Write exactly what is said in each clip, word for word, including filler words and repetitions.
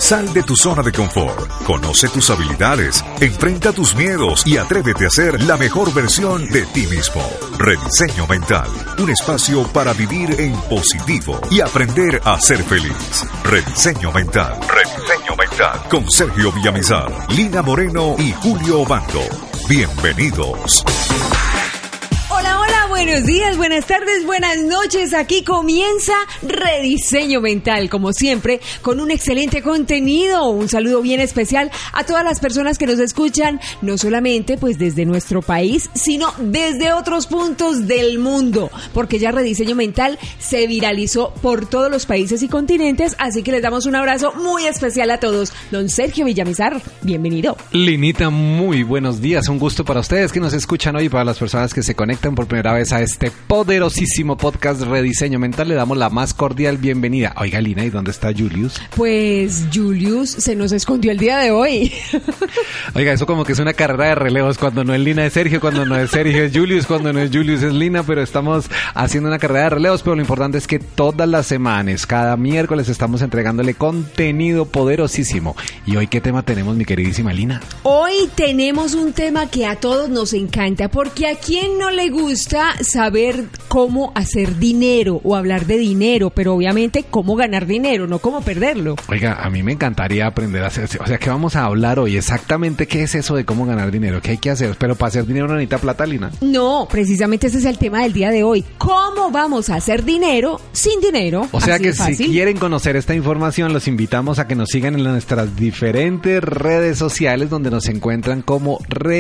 Sal de tu zona de confort, conoce tus habilidades, enfrenta tus miedos y atrévete a ser la mejor versión de ti mismo. Rediseño Mental, un espacio para vivir en positivo y aprender a ser feliz. Rediseño Mental, Rediseño Mental, con Sergio Villamizar, Lina Moreno y Julio Obando. Bienvenidos. Hola, hola, buenos días, buenas tardes, buenas noches. Aquí comienza Rediseño Mental, como siempre, con un excelente contenido. Un saludo bien especial a todas las personas que nos escuchan, no solamente pues desde nuestro país, sino desde otros puntos del mundo, porque ya Rediseño Mental se viralizó por todos los países y continentes, así que les damos un abrazo muy especial a todos. Don Sergio Villamizar, bienvenido. Linita, muy buenos días, un gusto para ustedes que nos escuchan hoy y para las personas que se conectan por primera vez a este poderosísimo podcast Rediseño Mental. Le damos la más cordial bienvenida. Oiga, Lina, ¿y dónde está Julius? Pues Julius se nos escondió el día de hoy. Oiga, eso como que es una carrera de relevos. Cuando no es Lina es Sergio, cuando no es Sergio es Julius, cuando no es Julius es Lina, pero estamos haciendo una carrera de relevos. Pero lo importante es que todas las semanas, cada miércoles, estamos entregándole contenido poderosísimo. ¿Y hoy qué tema tenemos, mi queridísima Lina? Hoy tenemos un tema que a todos nos encanta, porque a quién no le gusta saber cómo hacer dinero o hablar de dinero, pero obviamente cómo ganar dinero, no cómo perderlo. Oiga, a mí me encantaría aprender a hacer, o sea, ¿qué vamos a hablar hoy? Exactamente, ¿qué es eso de cómo ganar dinero? ¿Qué hay que hacer? Pero para hacer dinero no necesita plata, Lina. No, precisamente ese es el tema del día de hoy. ¿Cómo vamos a hacer dinero sin dinero? O sea que si quieren conocer esta información, los invitamos a que nos sigan en nuestras diferentes redes sociales, donde nos encuentran como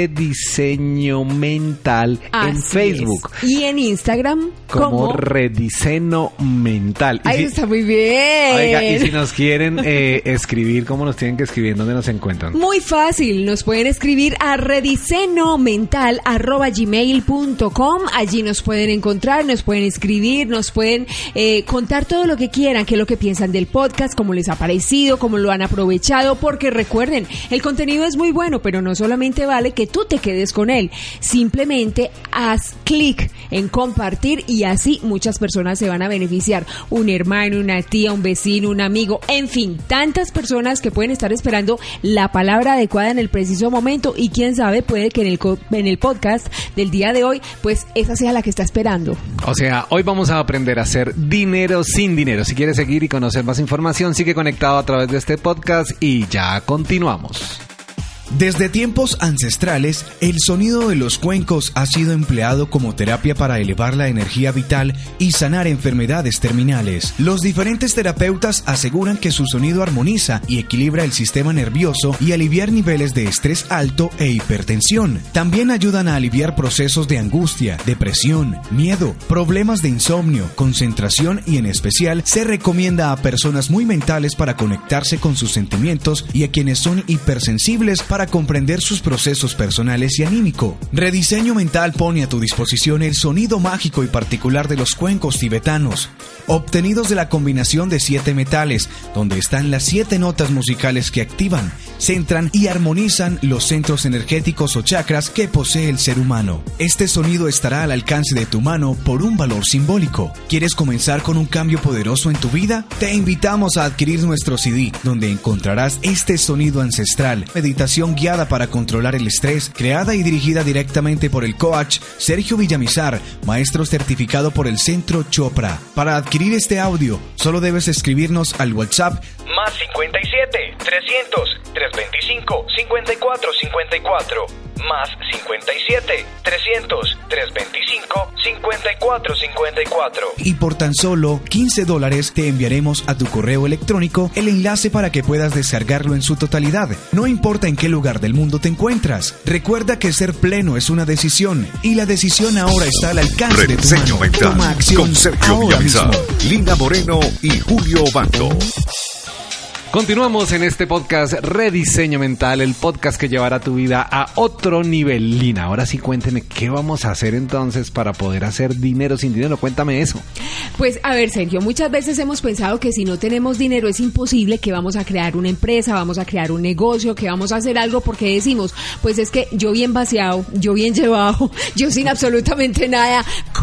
Rediseño Mental en Facebook. Es. Y en Instagram como, como Rediseño Mental. Ahí si, está muy bien. Oiga, y si nos quieren eh, escribir, ¿cómo nos tienen que escribir? ¿Dónde nos encuentran? Muy fácil, nos pueden escribir a rediseñomental arroba gmail punto com. Allí nos pueden encontrar, nos pueden escribir, nos pueden eh, contar todo lo que quieran, qué es lo que piensan del podcast, cómo les ha parecido, cómo lo han aprovechado, porque recuerden, el contenido es muy bueno, pero no solamente vale que tú te quedes con él, simplemente haz clic en compartir y así muchas personas se van a beneficiar. Un hermano, una tía, un vecino, un amigo, en fin, tantas personas que pueden estar esperando la palabra adecuada en el preciso momento y quién sabe, puede que en el, en el podcast del día de hoy, pues esa sea la que está esperando. O sea, hoy vamos a aprender a hacer dinero sin dinero. Si quieres seguir y conocer más información, sigue conectado a través de este podcast y ya continuamos. Desde tiempos ancestrales, el sonido de los cuencos ha sido empleado como terapia para elevar la energía vital y sanar enfermedades terminales. Los diferentes terapeutas aseguran que su sonido armoniza y equilibra el sistema nervioso y aliviar niveles de estrés alto e hipertensión. También ayudan a aliviar procesos de angustia, depresión, miedo, problemas de insomnio, concentración y en especial se recomienda a personas muy mentales para conectarse con sus sentimientos y a quienes son hipersensibles para para comprender sus procesos personales y anímico. Rediseño Mental pone a tu disposición el sonido mágico y particular de los cuencos tibetanos, obtenidos de la combinación de siete metales, donde están las siete notas musicales que activan, centran y armonizan los centros energéticos o chakras que posee el ser humano. Este sonido estará al alcance de tu mano por un valor simbólico. ¿Quieres comenzar con un cambio poderoso en tu vida? Te invitamos a adquirir nuestro C D, donde encontrarás este sonido ancestral, meditación guiada para controlar el estrés, creada y dirigida directamente por el coach Sergio Villamizar, maestro certificado por el Centro Chopra. Para adquirir este audio, solo debes escribirnos al WhatsApp más cincuenta y siete, trescientos, trescientos veinticinco, cincuenta y cuatro cincuenta y cuatro, más cincuenta y siete, trescientos, trescientos veinticinco, cincuenta y cuatro cincuenta y cuatro. Y por tan solo quince dólares te enviaremos a tu correo electrónico el enlace para que puedas descargarlo en su totalidad. No importa en qué lugar del mundo te encuentras. Recuerda que ser pleno es una decisión y la decisión ahora está al alcance de tu mano. Toma acción con Sergio Villamizar, Lina Moreno y Julio Obando. Continuamos en este podcast Rediseño Mental, el podcast que llevará tu vida a otro nivel. Lina, ahora sí cuénteme, ¿qué vamos a hacer entonces para poder hacer dinero sin dinero? Cuéntame eso. Pues a ver, Sergio, muchas veces hemos pensado que si no tenemos dinero es imposible, que vamos a crear una empresa, vamos a crear un negocio, que vamos a hacer algo, porque decimos, pues es que yo bien vaciado, yo bien llevado, yo sin absolutamente nada,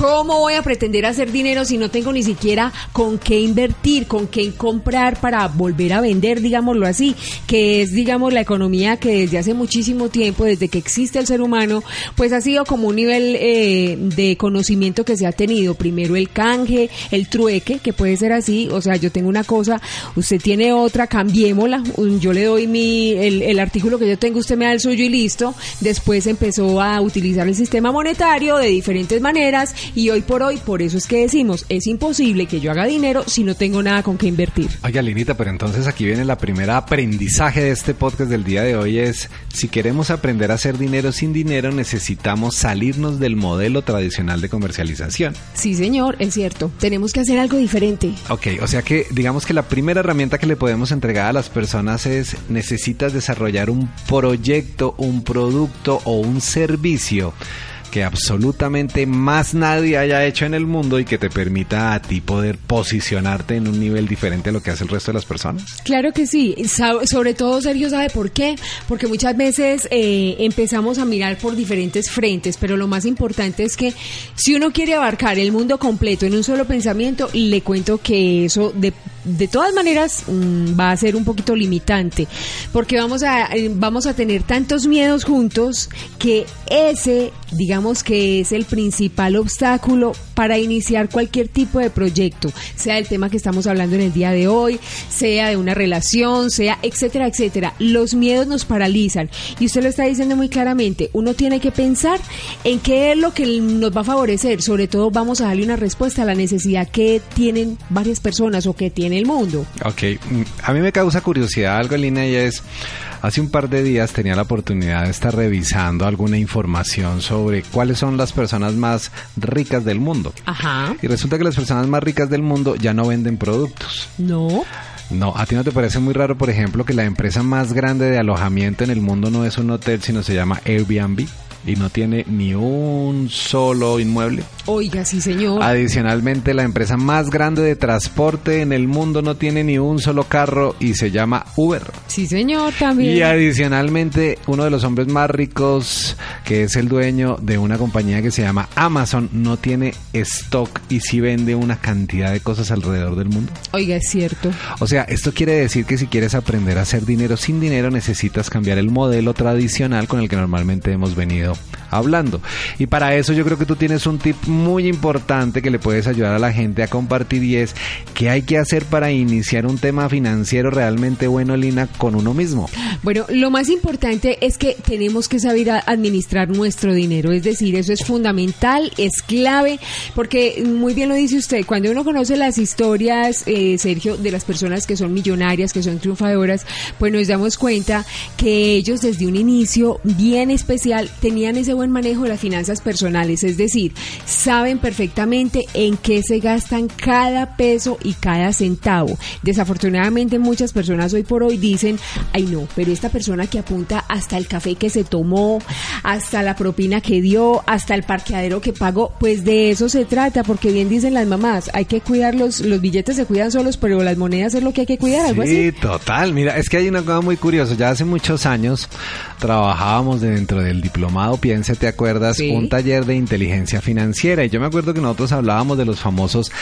¿Cómo voy a pretender hacer dinero si no tengo ni siquiera con qué invertir, con qué comprar para volver a vender, digámoslo así? Que es, digamos, la economía que desde hace muchísimo tiempo, desde que existe el ser humano, pues ha sido como un nivel eh, de conocimiento que se ha tenido. Primero el canje, el trueque, que puede ser así, o sea, yo tengo una cosa, usted tiene otra, cambiémosla, yo le doy mi el, el artículo que yo tengo, usted me da el suyo y listo. Después empezó a utilizar el sistema monetario de diferentes maneras y hoy por hoy, por eso es que decimos, es imposible que yo haga dinero si no tengo nada con qué invertir. Oiga, Linita, pero entonces aquí viene la primera aprendizaje de este podcast del día de hoy, es si queremos aprender a hacer dinero sin dinero, necesitamos salirnos del modelo tradicional de comercialización. Sí, señor, es cierto. Tenemos que hacer algo diferente. Ok, o sea que digamos que la primera herramienta que le podemos entregar a las personas es necesitas desarrollar un proyecto, un producto o un servicio que absolutamente más nadie haya hecho en el mundo y que te permita a ti poder posicionarte en un nivel diferente a lo que hace el resto de las personas. Claro que sí, sobre todo Sergio sabe por qué, porque muchas veces eh, empezamos a mirar por diferentes frentes, pero lo más importante es que si uno quiere abarcar el mundo completo en un solo pensamiento, le cuento que eso de de todas maneras mmm, va a ser un poquito limitante, porque vamos a eh, vamos a tener tantos miedos juntos que ese, digamos que es el principal obstáculo para iniciar cualquier tipo de proyecto, sea el tema que estamos hablando en el día de hoy, sea de una relación, sea etcétera, etcétera. Los miedos nos paralizan y usted lo está diciendo muy claramente, uno tiene que pensar en qué es lo que nos va a favorecer, sobre todo vamos a darle una respuesta a la necesidad que tienen varias personas o que tienen el mundo. Ok, a mí me causa curiosidad algo, Lina, y es, hace un par de días tenía la oportunidad de estar revisando alguna información sobre cuáles son las personas más ricas del mundo. Ajá. Y resulta que las personas más ricas del mundo ya no venden productos. No. No, ¿a ti no te parece muy raro, por ejemplo, que la empresa más grande de alojamiento en el mundo no es un hotel, sino se llama Airbnb? Y no tiene ni un solo inmueble. Oiga, sí, señor. Adicionalmente, la empresa más grande de transporte en el mundo no tiene ni un solo carro y se llama Uber. Sí, señor, también. Y adicionalmente, uno de los hombres más ricos, que es el dueño de una compañía que se llama Amazon, no tiene stock y sí vende una cantidad de cosas alrededor del mundo. Oiga, es cierto. O sea, esto quiere decir que si quieres aprender a hacer dinero sin dinero, necesitas cambiar el modelo tradicional con el que normalmente hemos venido hablando. Y para eso yo creo que tú tienes un tip muy importante que le puedes ayudar a la gente a compartir, y es ¿qué hay que hacer para iniciar un tema financiero realmente bueno, Lina, con uno mismo? Bueno, lo más importante es que tenemos que saber administrar nuestro dinero, es decir, eso es fundamental, es clave, porque muy bien lo dice usted, cuando uno conoce las historias, eh, Sergio, de las personas que son millonarias, que son triunfadoras, pues nos damos cuenta que ellos desde un inicio bien especial tenían ese buen manejo de las finanzas personales, es decir, saben perfectamente en qué se gastan cada peso y cada centavo. Desafortunadamente muchas personas hoy por hoy dicen, ay no, pero esta persona que apunta hasta el café que se tomó, hasta la propina que dio, hasta el parqueadero que pagó, pues de eso se trata, porque bien dicen las mamás, hay que cuidar los, los billetes se cuidan solos, pero las monedas es lo que hay que cuidar, algo así. Sí, total, mira, es que hay una cosa muy curiosa, ya hace muchos años trabajábamos dentro del diplomado Piense, ¿te acuerdas? Sí. Un taller de inteligencia financiera, y yo me acuerdo que nosotros hablábamos de los famosos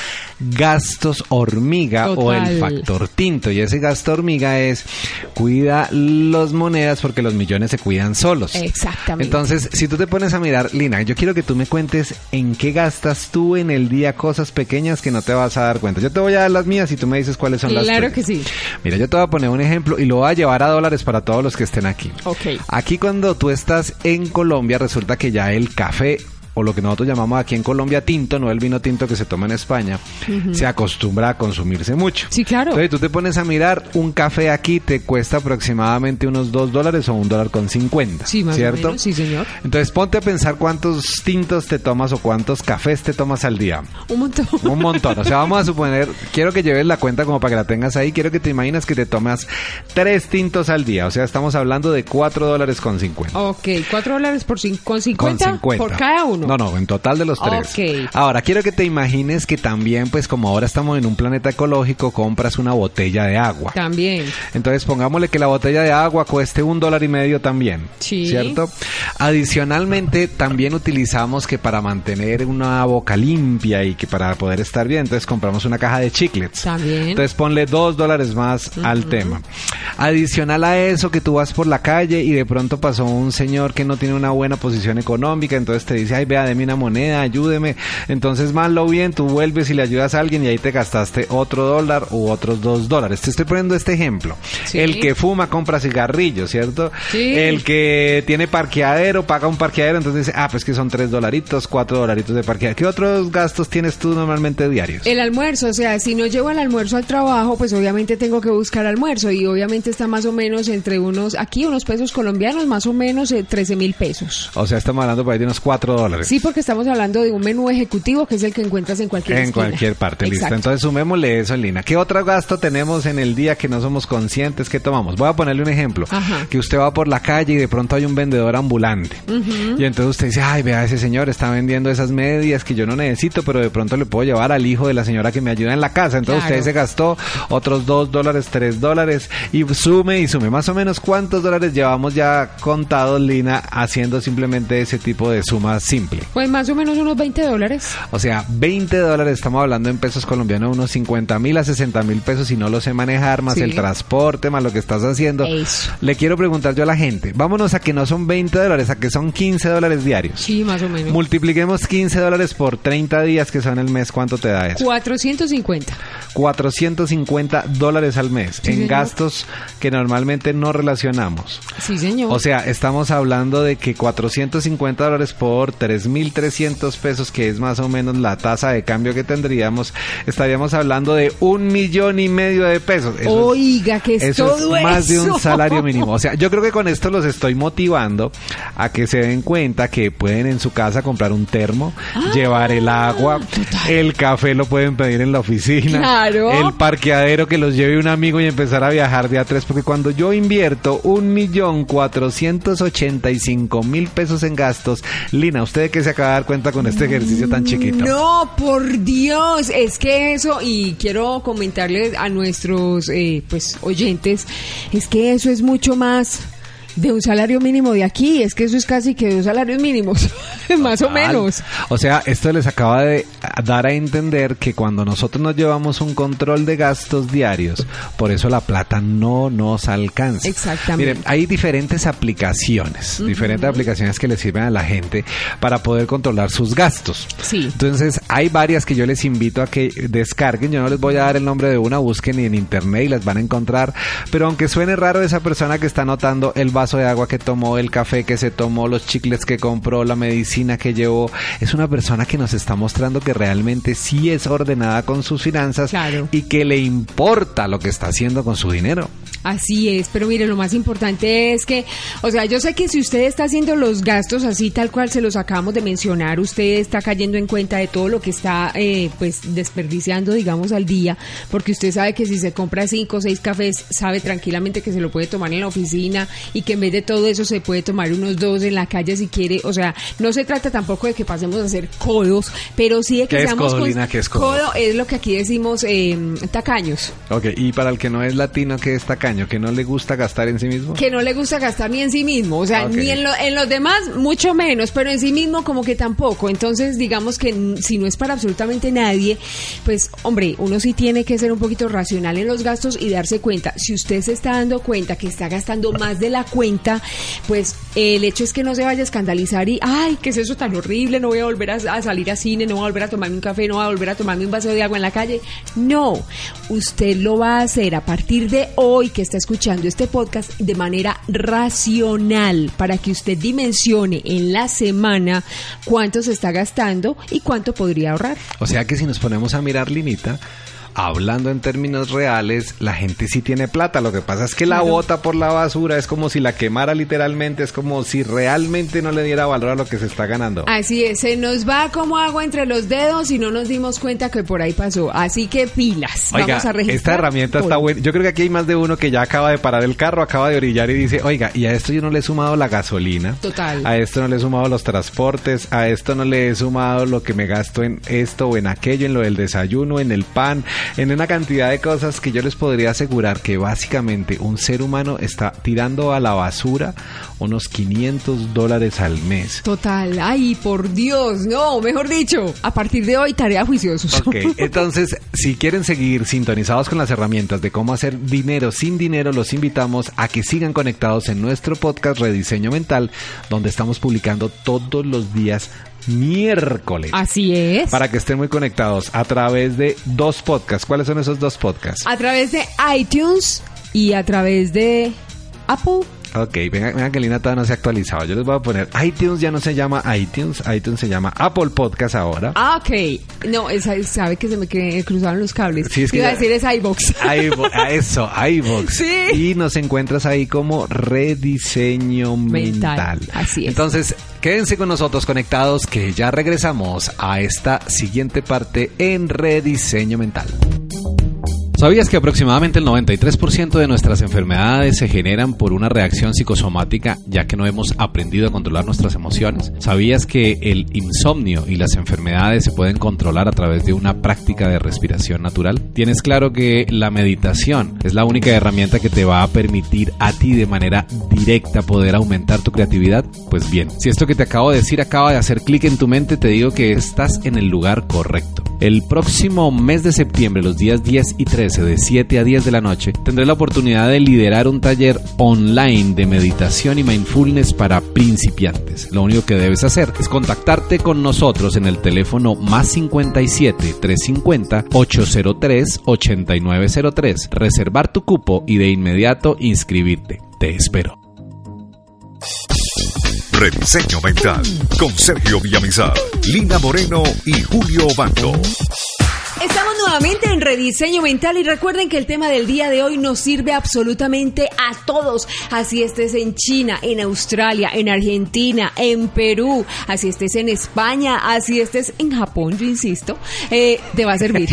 gastos hormiga. Total. O el factor tinto, y ese gasto hormiga es cuida las monedas porque los millones se cuidan solos. Exactamente. Entonces, si tú te pones a mirar, Lina, yo quiero que tú me cuentes en qué gastas tú en el día cosas pequeñas que no te vas a dar cuenta. Yo te voy a dar las mías y tú me dices cuáles son claro las tuyas. Claro que sí. Mira, yo te voy a poner un ejemplo y lo voy a llevar a dólares para todos los que estén aquí. Ok. Aquí cuando tú estás en Colombia, resulta que ya el café, o lo que nosotros llamamos aquí en Colombia tinto, no el vino tinto que se toma en España, uh-huh, se acostumbra a consumirse mucho. Sí, claro. Entonces tú te pones a mirar, un café aquí te cuesta aproximadamente unos dos dólares o un dólar con cincuenta. Sí, más ¿cierto? o menos, sí, señor. Entonces ponte a pensar cuántos tintos te tomas o cuántos cafés te tomas al día. Un montón. Un montón. O sea, vamos a suponer, quiero que lleves la cuenta como para que la tengas ahí, quiero que te imaginas que te tomas tres tintos al día. O sea, estamos hablando de cuatro dólares con cincuenta. Ok, cuatro dólares por cin- con cincuenta, con cincuenta por cada uno. uno. No, no, en total de los tres. Ok. Ahora, quiero que te imagines que también, pues como ahora estamos en un planeta ecológico, compras una botella de agua. También. Entonces, pongámosle que la botella de agua cueste un dólar y medio también. Sí. ¿Cierto? Adicionalmente, también utilizamos que para mantener una boca limpia y que para poder estar bien, entonces compramos una caja de chiclets. También. Entonces, ponle dos dólares más Uh-huh. al tema. Adicional a eso, que tú vas por la calle y de pronto pasó un señor que no tiene una buena posición económica, entonces te dice, ay, vea, deme una moneda, ayúdeme. Entonces, mal o bien, tú vuelves y le ayudas a alguien y ahí te gastaste otro dólar u otros dos dólares. Te estoy poniendo este ejemplo. Sí. El que fuma compra cigarrillos, ¿cierto? Sí. El que tiene parqueadero paga un parqueadero, entonces dice, ah, pues que son tres dolaritos, cuatro dolaritos de parqueadero. ¿Qué otros gastos tienes tú normalmente diarios? El almuerzo, o sea, si no llevo el almuerzo al trabajo, pues obviamente tengo que buscar almuerzo y obviamente está más o menos entre unos, aquí unos pesos colombianos, más o menos eh, trece mil pesos. O sea, estamos hablando por ahí de unos cuatro dólares. Sí, porque estamos hablando de un menú ejecutivo que es el que encuentras en cualquier En esquina. cualquier parte, listo. Exacto. Entonces sumémosle eso, Lina. ¿Qué otro gasto tenemos en el día que no somos conscientes que tomamos? Voy a ponerle un ejemplo. Ajá. Que usted va por la calle y de pronto hay un vendedor ambulante. Ujú. Y entonces usted dice, ay, vea, ese señor está vendiendo esas medias que yo no necesito, pero de pronto le puedo llevar al hijo de la señora que me ayuda en la casa. Entonces Claro. usted se gastó otros dos dólares, tres dólares y sume y sume. Más o menos, ¿cuántos dólares llevamos ya contados, Lina, haciendo simplemente ese tipo de suma simple? Pues más o menos unos veinte dólares. O sea, veinte dólares, estamos hablando en pesos colombianos, unos cincuenta mil a sesenta mil pesos si no lo sé manejar, más Sí. el transporte, más lo que estás haciendo. Eso. Le quiero preguntar yo a la gente, vámonos a que no son veinte dólares, a que son quince dólares diarios. Sí, más o menos. Multipliquemos quince dólares por treinta días que son el mes, ¿cuánto te da eso? cuatrocientos cincuenta. cuatrocientos cincuenta dólares al mes Sí, en señor. gastos que normalmente no relacionamos. Sí, señor. O sea, estamos hablando de que cuatrocientos cincuenta dólares por tres mil trescientos pesos, que es más o menos la tasa de cambio que tendríamos, estaríamos hablando de un millón y medio de pesos. Eso es- Oiga, que es eso todo es más de eso. un salario mínimo. O sea, yo creo que con esto los estoy motivando a que se den cuenta que pueden en su casa comprar un termo, Ah, llevar el agua, total. el café lo pueden pedir en la oficina, Claro. el parqueadero que los lleve un amigo y empezar a viajar de a tres, porque cuando yo invierto un millón cuatrocientos ochenta y cinco mil pesos en gastos, Lina, ¿usted de qué se acaba de dar cuenta con este ejercicio tan chiquito? No, por Dios, es que eso, y quiero comentarles a nuestros eh, pues oyentes, es que eso es mucho más de un salario mínimo de aquí, es que eso es casi que dos salarios mínimos, más o Total. menos. O sea, esto les acaba de dar a entender que cuando nosotros nos llevamos un control de gastos diarios, por eso la plata no nos alcanza. Exactamente. Miren, hay diferentes aplicaciones, diferentes aplicaciones que le sirven a la gente para poder controlar sus gastos. Sí. Entonces, hay varias que yo les invito a que descarguen. Yo no les voy a dar el nombre de una, busquen en internet y las van a encontrar. Pero aunque suene raro, esa persona que está anotando el vaso de agua que tomó, el café que se tomó, los chicles que compró, la medicina que llevó, es una persona que nos está mostrando que realmente sí es ordenada con sus finanzas. Claro. Y que le importa lo que está haciendo con su dinero. Así es, pero mire, lo más importante es que, o sea, yo sé que si usted está haciendo los gastos así tal cual se los acabamos de mencionar, usted está cayendo en cuenta de todo lo que está eh, pues desperdiciando, digamos, al día, porque usted sabe que si se compra cinco o seis cafés, sabe tranquilamente que se lo puede tomar en la oficina y que en vez de todo eso se puede tomar unos dos en la calle si quiere. O sea, no se trata tampoco de que pasemos a ser codos, pero sí de que ¿Qué es seamos... codo, cons- Lina? ¿Qué es codo? Codo es lo que aquí decimos eh, tacaños. Ok, y para el que no es latino, ¿qué es tacaño? ¿Que no le gusta gastar en sí mismo? Que no le gusta gastar ni en sí mismo, o sea, Ok. ni en, lo- en los demás, mucho menos, pero en sí mismo como que tampoco. Entonces, digamos que n- si no es para absolutamente nadie, pues, hombre, uno sí tiene que ser un poquito racional en los gastos y darse cuenta. Si usted se está dando cuenta que está gastando más de la cuenta, pues el hecho es que no se vaya a escandalizar y, ay, ¿qué es eso tan horrible? No voy a volver a, a salir a cine, no voy a volver a tomarme un café, no voy a volver a tomarme un vaso de agua en la calle. No, usted lo va a hacer a partir de hoy que está escuchando este podcast de manera racional para que usted dimensione en la semana cuánto se está gastando y cuánto podría ahorrar. O sea que si nos ponemos a mirar, Linita, hablando en términos reales, la gente sí tiene plata. Lo que pasa es que la bota por la basura, es como si la quemara literalmente, es como si realmente no le diera valor a lo que se está ganando. Así es, se nos va como agua entre los dedos y no nos dimos cuenta que por ahí pasó. Así que pilas. Oiga, vamos a registrar. Esta herramienta está buena. Yo creo que aquí hay más de uno que ya acaba de parar el carro, acaba de orillar y dice, oiga, y a esto yo no le he sumado la gasolina. Total. A esto no le he sumado los transportes, a esto no le he sumado lo que me gasto en esto o en aquello, en lo del desayuno, en el pan, en una cantidad de cosas que yo les podría asegurar que básicamente un ser humano está tirando a la basura unos quinientos dólares al mes. Total, ay, por Dios, no, mejor dicho, a partir de hoy tarea juiciosos. Ok, entonces, si quieren seguir sintonizados con las herramientas de cómo hacer dinero sin dinero, los invitamos a que sigan conectados en nuestro podcast Rediseño Mental, donde estamos publicando todos los días miércoles. Así es. Para que estén muy conectados a través de dos podcasts. ¿Cuáles son esos dos podcasts? A través de iTunes y a través de Apple. Ok, venga, venga que Lina todavía no se ha actualizado. Yo les voy a poner iTunes, ya no se llama iTunes, iTunes se llama Apple Podcast ahora. Ah, ok. No, esa, sabe que se me que cruzaron los cables. Sí, es que iba ya... a decir es iVoox. iVo- eso, iVoox. Sí. Y nos encuentras ahí como Rediseño Mental. Mental. Así es. Entonces, quédense con nosotros conectados que ya regresamos a esta siguiente parte en Rediseño Mental. ¿Sabías que aproximadamente el noventa y tres por ciento de nuestras enfermedades se generan por una reacción psicosomática, ya que no hemos aprendido a controlar nuestras emociones? ¿Sabías que el insomnio y las enfermedades se pueden controlar a través de una práctica de respiración natural? ¿Tienes claro que la meditación es la única herramienta que te va a permitir a ti de manera directa poder aumentar tu creatividad? Pues bien, si esto que te acabo de decir acaba de hacer clic en tu mente, te digo que estás en el lugar correcto. El próximo mes de septiembre, los días diez y trece, de siete a diez de la noche, tendré la oportunidad de liderar un taller online de meditación y mindfulness para principiantes. Lo único que debes hacer es contactarte con nosotros en el teléfono más cincuenta y siete, trescientos cincuenta, ochocientos tres, ochenta y nueve cero tres, reservar tu cupo y de inmediato inscribirte. Te espero. Rediseño Mental con Sergio Villamizar, Lina Moreno y Julio Bando. Estamos nuevamente en Rediseño Mental y recuerden que el tema del día de hoy nos sirve absolutamente a todos. Así estés en China, en Australia, en Argentina, en Perú, así estés en España, así estés en Japón, yo insisto, eh, te va a servir.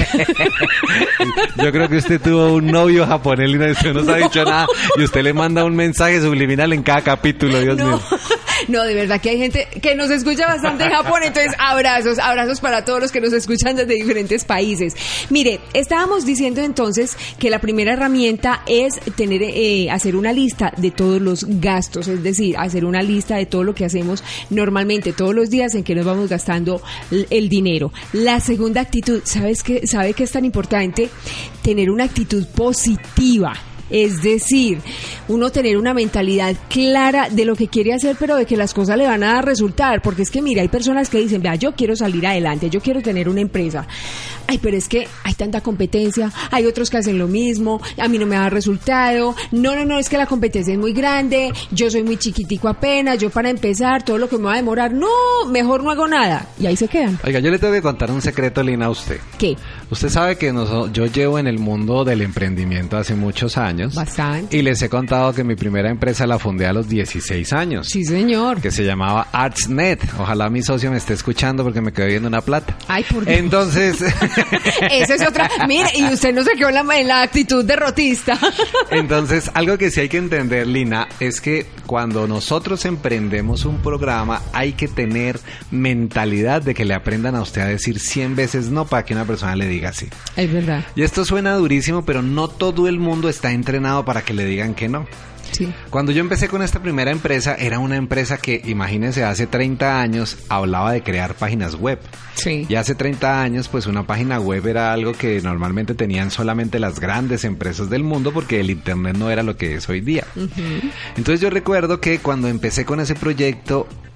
Yo creo que usted tuvo un novio japonés y usted no nos ha dicho nada y usted le manda un mensaje subliminal en cada capítulo, Dios No. mío. No, de verdad que hay gente que nos escucha bastante en Japón, entonces abrazos, abrazos para todos los que nos escuchan desde diferentes países. Mire, estábamos diciendo entonces que la primera herramienta es tener, eh, hacer una lista de todos los gastos, es decir, hacer una lista de todo lo que hacemos normalmente todos los días en que nos vamos gastando l- el dinero. La segunda actitud, ¿sabes qué? ¿Sabe qué es tan importante? Tener una actitud positiva. Es decir, uno tener una mentalidad clara de lo que quiere hacer, pero de que las cosas le van a dar resultar. Porque es que, mira, hay personas que dicen, vea, yo quiero salir adelante, yo quiero tener una empresa. Ay, pero es que hay tanta competencia, hay otros que hacen lo mismo, a mí no me da resultado. No, no, no, es que la competencia es muy grande, yo soy muy chiquitico apenas, yo para empezar, todo lo que me va a demorar, no, mejor no hago nada. Y ahí se quedan. Oiga, yo le tengo que contar un secreto, Lina, a usted. ¿Qué? Usted sabe que nos, yo llevo en el mundo del emprendimiento hace muchos años. Bastante. Y les he contado que mi primera empresa la fundé a los dieciséis años. Sí, señor. Que se llamaba ArtsNet. Ojalá mi socio me esté escuchando porque me quedé viendo una plata. Ay, por Dios. Entonces... Esa es otra. Mire, y usted no se quedó en la, en la actitud derrotista. Entonces, algo que sí hay que entender, Lina, es que cuando nosotros emprendemos un programa hay que tener mentalidad de que le aprendan a usted a decir cien veces no para que una persona le diga sí. Es verdad. Y esto suena durísimo, pero no todo el mundo está entrenado para que le digan que no. Sí. Cuando yo empecé con esta primera empresa, era una empresa que, imagínense, hace treinta años hablaba de crear páginas web. Sí. Y hace treinta años, pues una página web era algo que normalmente tenían solamente las grandes empresas del mundo porque el internet no era lo que es hoy día. Uh-huh. Entonces yo recuerdo que cuando empecé con ese proyecto,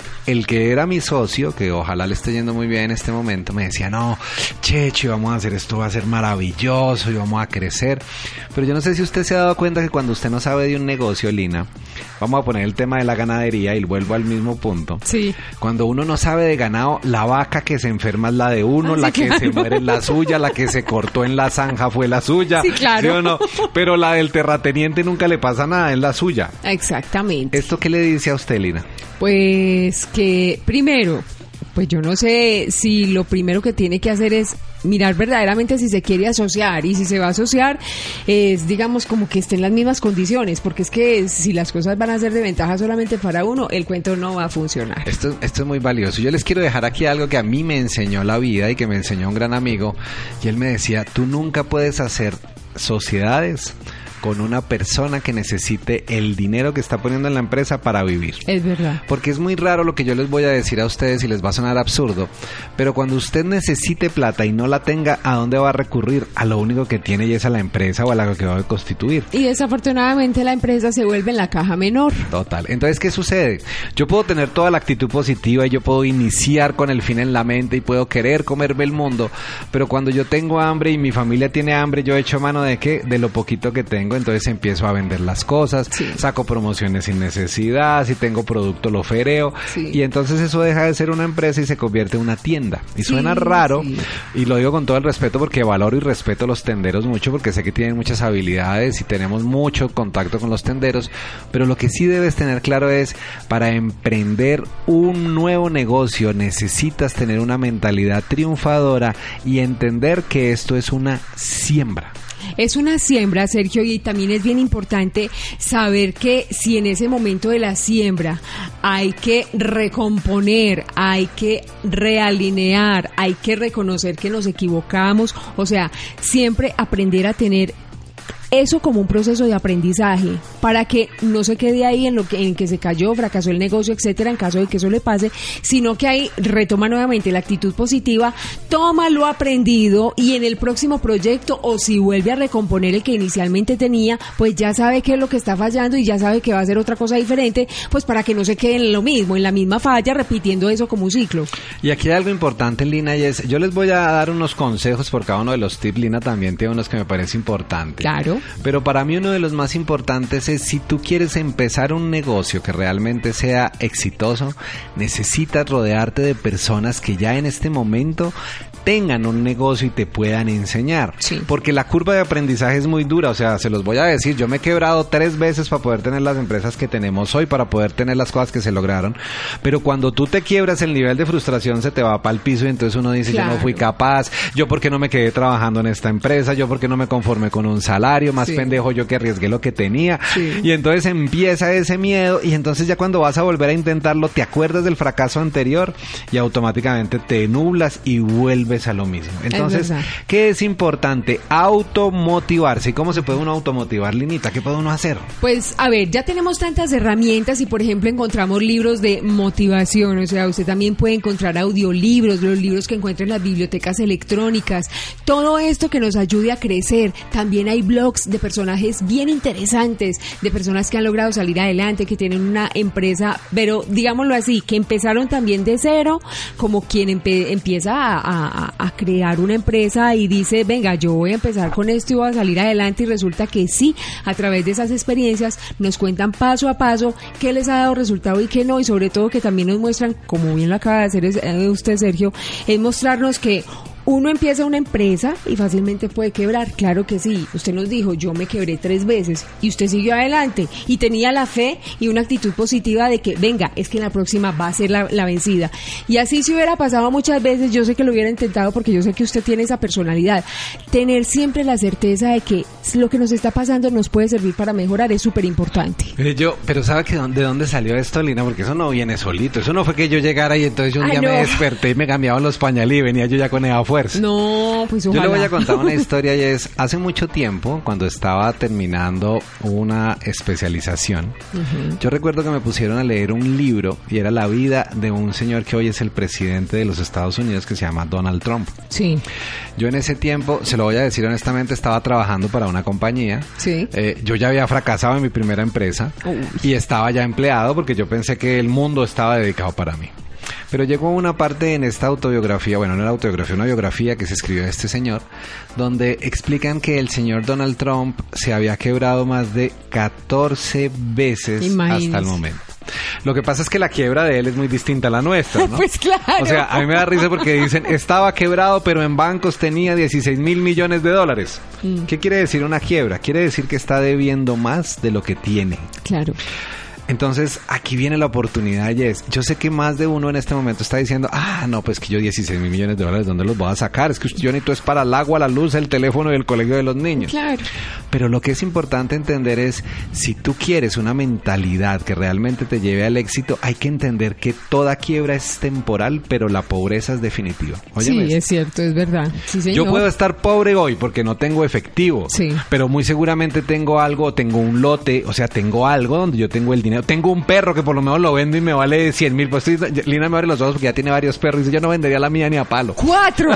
el que era mi socio, que ojalá le esté yendo muy bien en este momento, me decía, no, Checho, vamos a hacer esto, va a ser maravilloso y vamos a crecer. Pero yo no sé si usted se ha dado cuenta que cuando usted no sabe de un negocio, Lina, vamos a poner el tema de la ganadería y vuelvo al mismo punto. Sí. Cuando uno no sabe de ganado, la vaca que se enferma es la de uno, ah, la sí, que claro. se muere es la suya, la que se cortó en la zanja fue la suya. Sí, claro. ¿Sí o no? Pero la del terrateniente nunca le pasa nada, es la suya. Exactamente. ¿Esto qué le dice a usted, Lina? Pues que primero, pues yo no sé si lo primero que tiene que hacer es mirar verdaderamente si se quiere asociar, y si se va a asociar es, digamos, como que esté en las mismas condiciones, porque es que si las cosas van a ser de ventaja solamente para uno, el cuento no va a funcionar. Esto, esto es muy valioso. Yo les quiero dejar aquí algo que a mí me enseñó la vida y que me enseñó un gran amigo, y él me decía, tú nunca puedes hacer sociedades con una persona que necesite el dinero que está poniendo en la empresa para vivir. Es verdad. Porque es muy raro lo que yo les voy a decir a ustedes y les va a sonar absurdo, pero cuando usted necesite plata y no la tenga, ¿a dónde va a recurrir? A lo único que tiene, y es a la empresa o a la que va a constituir. Y desafortunadamente la empresa se vuelve en la caja menor. Total. Entonces, ¿qué sucede? Yo puedo tener toda la actitud positiva y yo puedo iniciar con el fin en la mente y puedo querer comerme el mundo, pero cuando yo tengo hambre y mi familia tiene hambre, yo echo mano de ¿qué? De lo poquito que tengo. Entonces empiezo a vender las cosas, sí. saco promociones sin necesidad, si tengo producto lo fereo, sí. y entonces eso deja de ser una empresa y se convierte en una tienda. Y sí, suena raro, sí. y lo digo con todo el respeto porque valoro y respeto a los tenderos mucho, porque sé que tienen muchas habilidades y tenemos mucho contacto con los tenderos, pero lo que sí debes tener claro es, para emprender un nuevo negocio necesitas tener una mentalidad triunfadora y entender que esto es una siembra. Es una siembra, Sergio, y también es bien importante saber que si en ese momento de la siembra hay que recomponer, hay que realinear, hay que reconocer que nos equivocamos, o sea, siempre aprender a tener eso como un proceso de aprendizaje, para que no se quede ahí en lo que en que se cayó, fracasó el negocio, etcétera, en caso de que eso le pase, sino que ahí retoma nuevamente la actitud positiva, toma lo aprendido y en el próximo proyecto, o si vuelve a recomponer el que inicialmente tenía, pues ya sabe qué es lo que está fallando y ya sabe que va a hacer otra cosa diferente, pues para que no se quede en lo mismo, en la misma falla, repitiendo eso como un ciclo. Y aquí hay algo importante, Lina, y es, yo les voy a dar unos consejos por cada uno de los tips. Lina también tiene unos que me parece importante. Claro. Pero para mí uno de los más importantes es, si tú quieres empezar un negocio que realmente sea exitoso, necesitas rodearte de personas que ya en este momento tengan un negocio y te puedan enseñar. Sí. Porque la curva de aprendizaje es muy dura, o sea, se los voy a decir, yo me he quebrado tres veces para poder tener las empresas que tenemos hoy, para poder tener las cosas que se lograron, pero cuando tú te quiebras, el nivel de frustración se te va para el piso y entonces uno dice, claro, yo no fui capaz, yo por qué no me quedé trabajando en esta empresa, yo por qué no me conformé con un salario, más sí. pendejo yo que arriesgué lo que tenía, sí. y entonces empieza ese miedo, y entonces ya cuando vas a volver a intentarlo, te acuerdas del fracaso anterior y automáticamente te nublas y vuelves a lo mismo. Entonces, es ¿qué es importante? Automotivarse. ¿Y cómo se puede uno automotivar, Linita? ¿Qué puede uno hacer? Pues, a ver, ya tenemos tantas herramientas y, por ejemplo, encontramos libros de motivación. O sea, usted también puede encontrar audiolibros, los libros que encuentra en las bibliotecas electrónicas. Todo esto que nos ayude a crecer. También hay blogs de personajes bien interesantes, de personas que han logrado salir adelante, que tienen una empresa, pero digámoslo así, que empezaron también de cero, como quien empe- empieza a, a a crear una empresa y dice, venga, yo voy a empezar con esto y voy a salir adelante, y resulta que sí, a través de esas experiencias nos cuentan paso a paso qué les ha dado resultado y qué no, y sobre todo que también nos muestran, como bien lo acaba de hacer usted, Sergio, es mostrarnos que uno empieza una empresa y fácilmente puede quebrar, claro que sí. Usted nos dijo, yo me quebré tres veces y usted siguió adelante y tenía la fe y una actitud positiva de que, venga, es que en la próxima va a ser la, la vencida. Y así si hubiera pasado muchas veces, yo sé que lo hubiera intentado porque yo sé que usted tiene esa personalidad. Tener siempre la certeza de que lo que nos está pasando nos puede servir para mejorar es súper importante. Pero yo, pero ¿sabe que de dónde salió esto, Lina? Porque eso no viene solito. Eso no fue que yo llegara y entonces yo un Ay, día no. me desperté y me cambiaban los pañales y venía yo ya con esa fuerza. No, pues ojalá. Yo le voy a contar una historia y es, hace mucho tiempo, cuando estaba terminando una especialización, uh-huh. yo recuerdo que me pusieron a leer un libro y era la vida de un señor que hoy es el presidente de los Estados Unidos que se llama Donald Trump. Sí. Yo en ese tiempo, se lo voy a decir honestamente, estaba trabajando para una compañía. Sí. Eh, yo ya había fracasado en mi primera empresa Uy. y estaba ya empleado porque yo pensé que el mundo estaba dedicado para mí. Pero llegó una parte en esta autobiografía, bueno, no era autobiografía, una biografía que se escribió de este señor, donde explican que el señor Donald Trump se había quebrado más de catorce veces Imagínese. hasta el momento. Lo que pasa es que la quiebra de él es muy distinta a la nuestra, ¿no? Pues claro. O sea, a mí me da risa porque dicen, estaba quebrado, pero en bancos tenía dieciséis mil millones de dólares. Mm. ¿Qué quiere decir una quiebra? Quiere decir que está debiendo más de lo que tiene. Claro. Entonces, aquí viene la oportunidad, Jess. Yo sé que más de uno en este momento está diciendo, ah, no, pues que yo dieciséis mil millones de dólares, ¿dónde los voy a sacar? Es que yo necesito es para el agua, la luz, el teléfono y el colegio de los niños. Claro. Pero lo que es importante entender es, si tú quieres una mentalidad que realmente te lleve al éxito, hay que entender que toda quiebra es temporal, pero la pobreza es definitiva. Óyeme sí, esto. Es cierto, es verdad. Sí, señor. Yo puedo estar pobre hoy porque no tengo efectivo, sí. pero muy seguramente tengo algo, tengo un lote, o sea, tengo algo donde yo tengo el dinero. Tengo un perro que por lo menos lo vendo y me vale cien mil. Pues Lina me abre los ojos porque ya tiene varios perros y dice, yo no vendería la mía ni a palo. ¡Cuatro!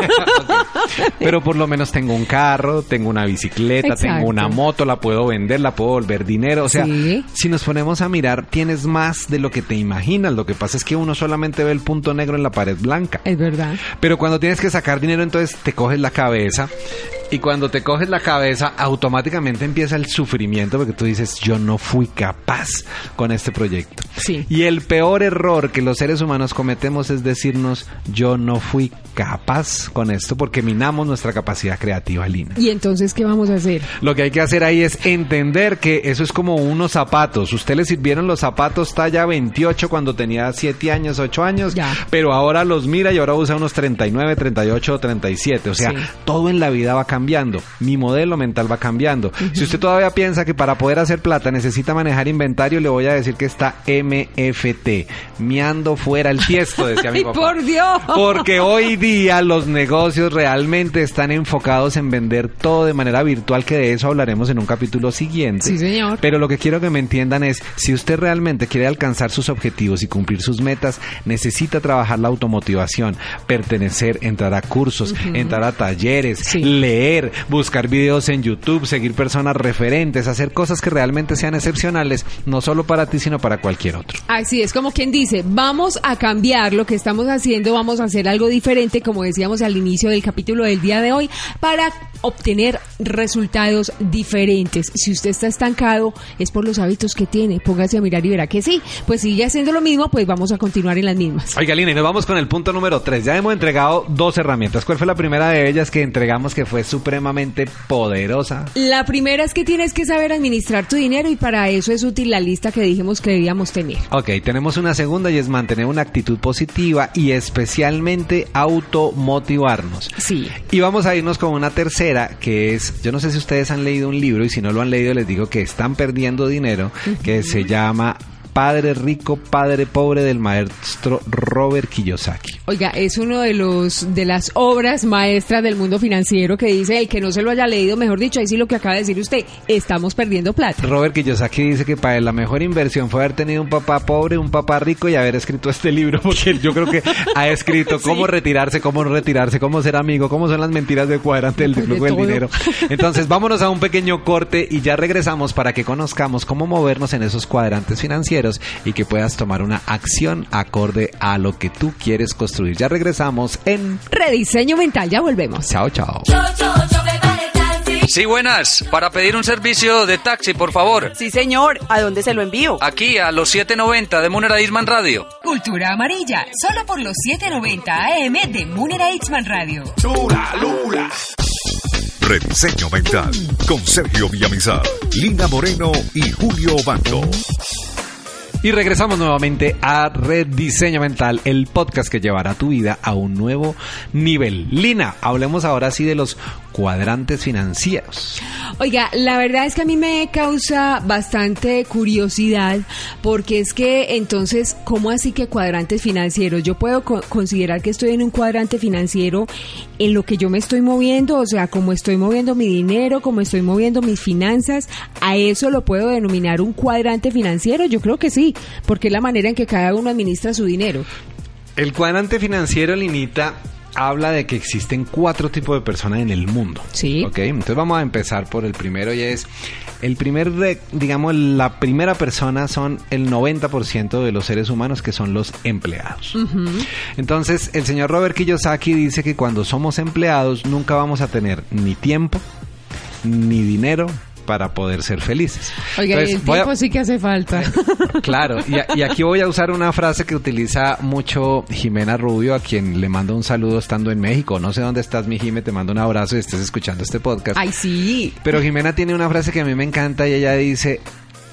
Okay. Pero por lo menos tengo un carro, tengo una bicicleta, Exacto. tengo una moto, la puedo vender, la puedo volver dinero. O sea, ¿sí? si nos ponemos a mirar, tienes más de lo que te imaginas. Lo que pasa es que uno solamente ve el punto negro en la pared blanca. Es verdad. Pero cuando tienes que sacar dinero, entonces te coges la cabeza. Y cuando te coges la cabeza, automáticamente empieza el sufrimiento porque tú dices, yo no fui capaz con este proyecto. Sí. Y el peor error que los seres humanos cometemos es decirnos, yo no fui capaz con esto porque minamos nuestra capacidad creativa, Lina. ¿Y entonces qué vamos a hacer? Lo que hay que hacer ahí es entender que eso es como unos zapatos. Usted le sirvieron los zapatos talla veintiocho cuando tenía siete años, ocho años, ya. pero ahora los mira y ahora usa unos treinta y nueve, treinta y ocho o treinta y siete. O sea, sí. todo en la vida va cambiando. cambiando, mi modelo mental va cambiando. Uh-huh. Si usted todavía piensa que para poder hacer plata necesita manejar inventario, le voy a decir que está M F T, miando fuera el tiesto, decía mi papá. ¡Ay, por Dios! Porque hoy día los negocios realmente están enfocados en vender todo de manera virtual, que de eso hablaremos en un capítulo siguiente. Sí, señor. Pero lo que quiero que me entiendan es, si usted realmente quiere alcanzar sus objetivos y cumplir sus metas, necesita trabajar la automotivación, pertenecer, entrar a cursos, uh-huh. entrar a talleres, sí. leer, buscar videos en YouTube, seguir personas referentes, hacer cosas que realmente sean excepcionales, no solo para ti, sino para cualquier otro. Así es, como quien dice, vamos a cambiar lo que estamos haciendo, vamos a hacer algo diferente, como decíamos al inicio del capítulo del día de hoy, para obtener resultados diferentes. Si usted está estancado, es por los hábitos que tiene. Póngase a mirar y verá que sí. Pues sigue haciendo lo mismo, pues vamos a continuar en las mismas. Oiga, Lina, y nos vamos con el punto número tres. Ya hemos entregado dos herramientas. ¿Cuál fue la primera de ellas que entregamos que fue supremamente poderosa? La primera es que tienes que saber administrar tu dinero y para eso es útil la lista que dijimos que debíamos tener. Ok, tenemos una segunda y es mantener una actitud positiva y especialmente automotivarnos. Sí. Y vamos a irnos con una tercera que es, yo no sé si ustedes han leído un libro y si no lo han leído les digo que están perdiendo dinero, uh-huh. que se llama Padre Rico, Padre Pobre, del maestro Robert Kiyosaki. Oiga, es uno de los de las obras maestras del mundo financiero que dice, el que no se lo haya leído, mejor dicho, ahí sí lo que acaba de decir usted, estamos perdiendo plata. Robert Kiyosaki dice que para él la mejor inversión fue haber tenido un papá pobre, un papá rico y haber escrito este libro, porque yo creo que ha escrito sí. cómo retirarse, cómo no retirarse, cómo ser amigo, cómo son las mentiras de cuadrante del flujo del dinero. Entonces, vámonos a un pequeño corte y ya regresamos para que conozcamos cómo movernos en esos cuadrantes financieros y que puedas tomar una acción acorde a lo que tú quieres construir. Ya regresamos en Rediseño Mental, ya volvemos. Chao, chao. Sí, buenas. Para pedir un servicio de taxi, por favor. Sí, señor. ¿A dónde se lo envío? Aquí, a los siete noventa de Munera Eastman Radio. Cultura amarilla, solo por los siete noventa A M de Munera Eastman Radio. Lula, Lula. Rediseño Mental con Sergio Villamizar, Lina Moreno y Julio Bando. Y regresamos nuevamente a Rediseño Mental, el podcast que llevará tu vida a un nuevo nivel. Lina, hablemos ahora sí de los cuadrantes financieros. Oiga, la verdad es que a mí me causa bastante curiosidad, porque es que entonces, ¿cómo así que cuadrantes financieros? Yo puedo co- considerar que estoy en un cuadrante financiero en lo que yo me estoy moviendo, o sea, cómo estoy moviendo mi dinero, cómo estoy moviendo mis finanzas, ¿a eso lo puedo denominar un cuadrante financiero? Yo creo que sí, porque es la manera en que cada uno administra su dinero. El cuadrante financiero, Linita, habla de que existen cuatro tipos de personas en el mundo. Sí. Ok, entonces vamos a empezar por el primero, y es el primer, digamos, la primera persona son el noventa por ciento de los seres humanos, que son los empleados. Uh-huh. Entonces, el señor Robert Kiyosaki dice que cuando somos empleados nunca vamos a tener ni tiempo, ni dinero para poder ser felices. Oiga, entonces, el tiempo a... sí que hace falta. Claro, y, a, y aquí voy a usar una frase que utiliza mucho Jimena Rubio, a quien le mando un saludo estando en México. No sé dónde estás, mi Jime, te mando un abrazo y estés escuchando este podcast. Ay, sí. Pero Jimena tiene una frase que a mí me encanta, y ella dice: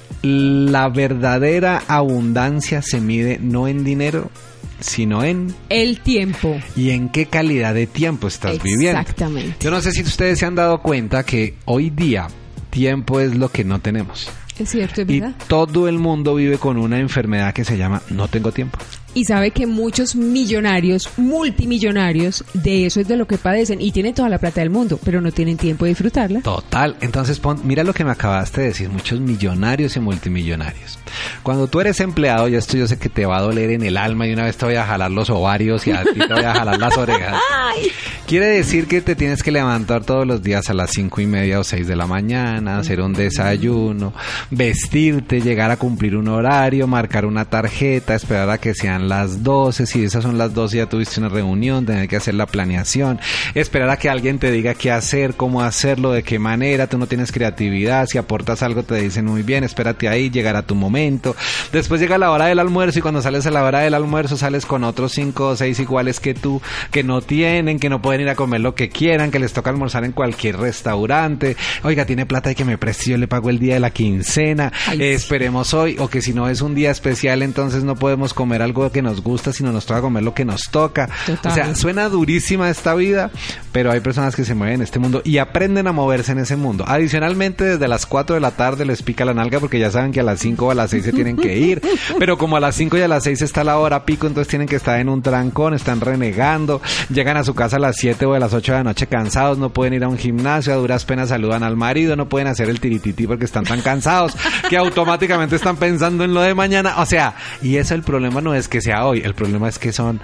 la verdadera abundancia se mide no en dinero, sino en el tiempo. ¿Y en qué calidad de tiempo estás Exactamente. viviendo? Exactamente. Yo no sé si ustedes se han dado cuenta que hoy día tiempo es lo que no tenemos. Es cierto, es verdad. Y todo el mundo vive con una enfermedad que se llama no tengo tiempo. Y sabe que muchos millonarios, multimillonarios, de eso es de lo que padecen, y tienen toda la plata del mundo, pero no tienen tiempo de disfrutarla. Total. Entonces, pon, mira lo que me acabaste de decir, muchos millonarios y multimillonarios. Cuando tú eres empleado, y esto yo sé que te va a doler en el alma, y una vez te voy a jalar los ovarios y a ti te voy a jalar las orejas. Quiere decir que te tienes que levantar todos los días a las cinco y media o seis de la mañana, hacer un desayuno, vestirte, llegar a cumplir un horario, marcar una tarjeta, esperar a que sean las doce, si esas son las doce ya tuviste una reunión, tener que hacer la planeación, esperar a que alguien te diga qué hacer, cómo hacerlo, de qué manera, tú no tienes creatividad, si aportas algo te dicen muy bien, espérate ahí, llegará tu momento, después llega la hora del almuerzo, y cuando sales a la hora del almuerzo sales con otros cinco o seis iguales que tú, que no tienen, que no pueden ir a comer lo que quieran, que les toca almorzar en cualquier restaurante, oiga, tiene plata y que me preste, yo le pago el día de la quincena, eh, esperemos hoy, o que si no es un día especial, entonces no podemos comer algo que nos gusta, sino nos toca comer lo que nos toca. Total. O sea, suena durísima esta vida, pero hay personas que se mueven en este mundo y aprenden a moverse en ese mundo. Adicionalmente, desde las cuatro de la tarde les pica la nalga, porque ya saben que a las cinco o a las seis se tienen que ir, pero como a las cinco y a las seis está la hora pico, entonces tienen que estar en un trancón, están renegando, llegan a su casa a las siete o a las ocho de la noche cansados, no pueden ir a un gimnasio, a duras penas saludan al marido, no pueden hacer el tirititi porque están tan cansados que automáticamente están pensando en lo de mañana. O sea, y eso, el problema no es que sea hoy, el problema es que son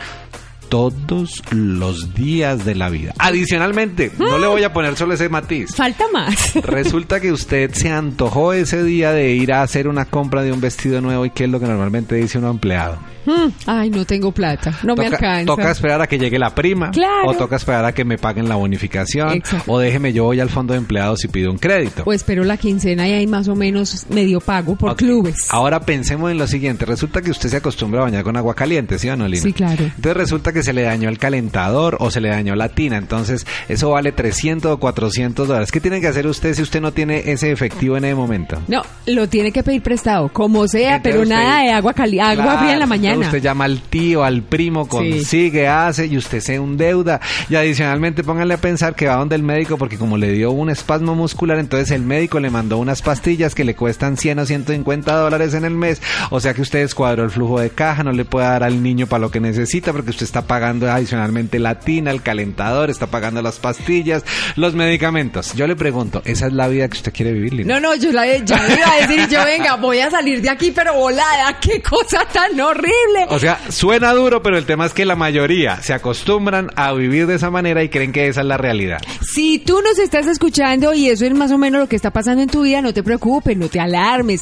todos los días de la vida. Adicionalmente, no le voy a poner solo ese matiz. Falta más. Resulta que usted se antojó ese día de ir a hacer una compra de un vestido nuevo, y ¿qué es lo que normalmente dice un empleado? Hmm. Ay, no tengo plata, no toca, me alcanza. Toca esperar a que llegue la prima, claro. O toca esperar a que me paguen la bonificación. Exacto. O déjeme, yo voy al fondo de empleados y pido un crédito. O espero la quincena y hay más o menos medio pago por okay. clubes. Ahora pensemos en lo siguiente, resulta que usted se acostumbra a bañar con agua caliente, ¿sí o no, Lina? Sí, claro. Entonces resulta que se le dañó el calentador o se le dañó la tina, entonces eso vale trescientos o cuatrocientos dólares. ¿Qué tiene que hacer usted si usted no tiene ese efectivo en ese momento? No, lo tiene que pedir prestado, como sea, entonces pero usted, nada de agua caliente, agua claro, fría en la mañana. Usted llama al tío, al primo, consigue, sí. hace, y usted se endeuda. Y adicionalmente pónganle a pensar que va donde el médico porque como le dio un espasmo muscular, entonces el médico le mandó unas pastillas que le cuestan cien o ciento cincuenta dólares en el mes. O sea que usted descuadró el flujo de caja, no le puede dar al niño para lo que necesita porque usted está pagando adicionalmente la tina, el calentador, está pagando las pastillas, los medicamentos. Yo le pregunto, ¿esa es la vida que usted quiere vivir, Lina? No, no, yo la yo le iba a decir, yo venga, voy a salir de aquí pero volada, qué cosa tan horrible. O sea, suena duro, pero el tema es que la mayoría se acostumbran a vivir de esa manera y creen que esa es la realidad. Si tú nos estás escuchando y eso es más o menos lo que está pasando en tu vida, no te preocupes, no te alarmes.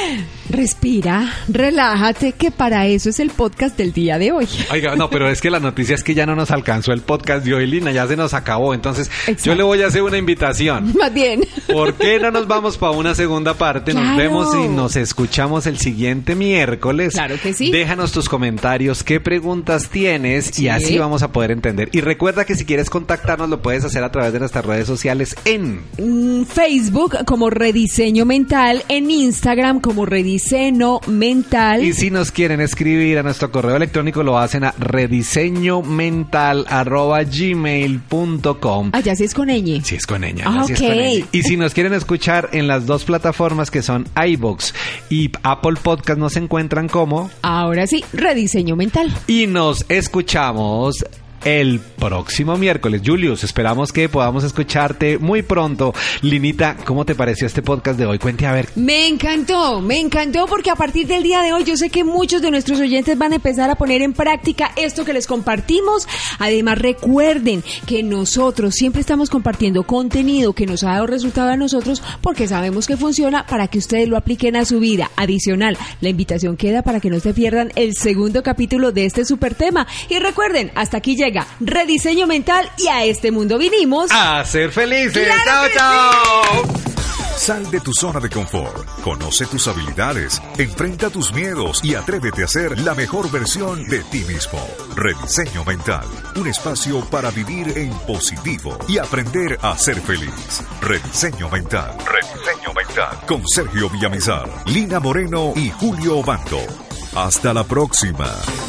Respira, relájate, que para eso es el podcast del día de hoy. Oiga, no, pero es que la noticia es que ya no nos alcanzó el podcast de hoy, Lina, ya se nos acabó. Entonces, exacto, yo le voy a hacer una invitación. Más bien. ¿Por qué no nos vamos para una segunda parte? Claro. Nos vemos y nos escuchamos el siguiente miércoles. Claro que sí. Déjanos tus comentarios, qué preguntas tienes, sí, y así vamos a poder entender. Y recuerda que si quieres contactarnos lo puedes hacer a través de nuestras redes sociales en Facebook como Rediseño Mental, en Instagram como Rediseño Rediseño Mental. Y si nos quieren escribir a nuestro correo electrónico, lo hacen a rediseñomental arroba gmail punto com. Allá sí es con ñ. Sí es con ñ. Ah, sí ok. es con ñ. Y si nos quieren escuchar en las dos plataformas que son iVoox y Apple Podcast, nos encuentran como... Ahora sí, Rediseño Mental. Y nos escuchamos el próximo miércoles. Julius, esperamos que podamos escucharte muy pronto. Linita, ¿cómo te pareció este podcast de hoy? Cuente a ver. Me encantó, me encantó porque a partir del día de hoy yo sé que muchos de nuestros oyentes van a empezar a poner en práctica esto que les compartimos. Además, recuerden que nosotros siempre estamos compartiendo contenido que nos ha dado resultado a nosotros porque sabemos que funciona para que ustedes lo apliquen a su vida. Adicional, la invitación queda para que no se pierdan el segundo capítulo de este super tema. Y recuerden, hasta aquí llega Rediseño Mental y a este mundo vinimos a ser felices. ¡Claro ¡Chao, que chao! Sal de tu zona de confort, conoce tus habilidades, enfrenta tus miedos y atrévete a ser la mejor versión de ti mismo. Rediseño Mental, un espacio para vivir en positivo y aprender a ser feliz. Rediseño Mental, Rediseño Mental, con Sergio Villamizar, Lina Moreno y Julio Obando. Hasta la próxima.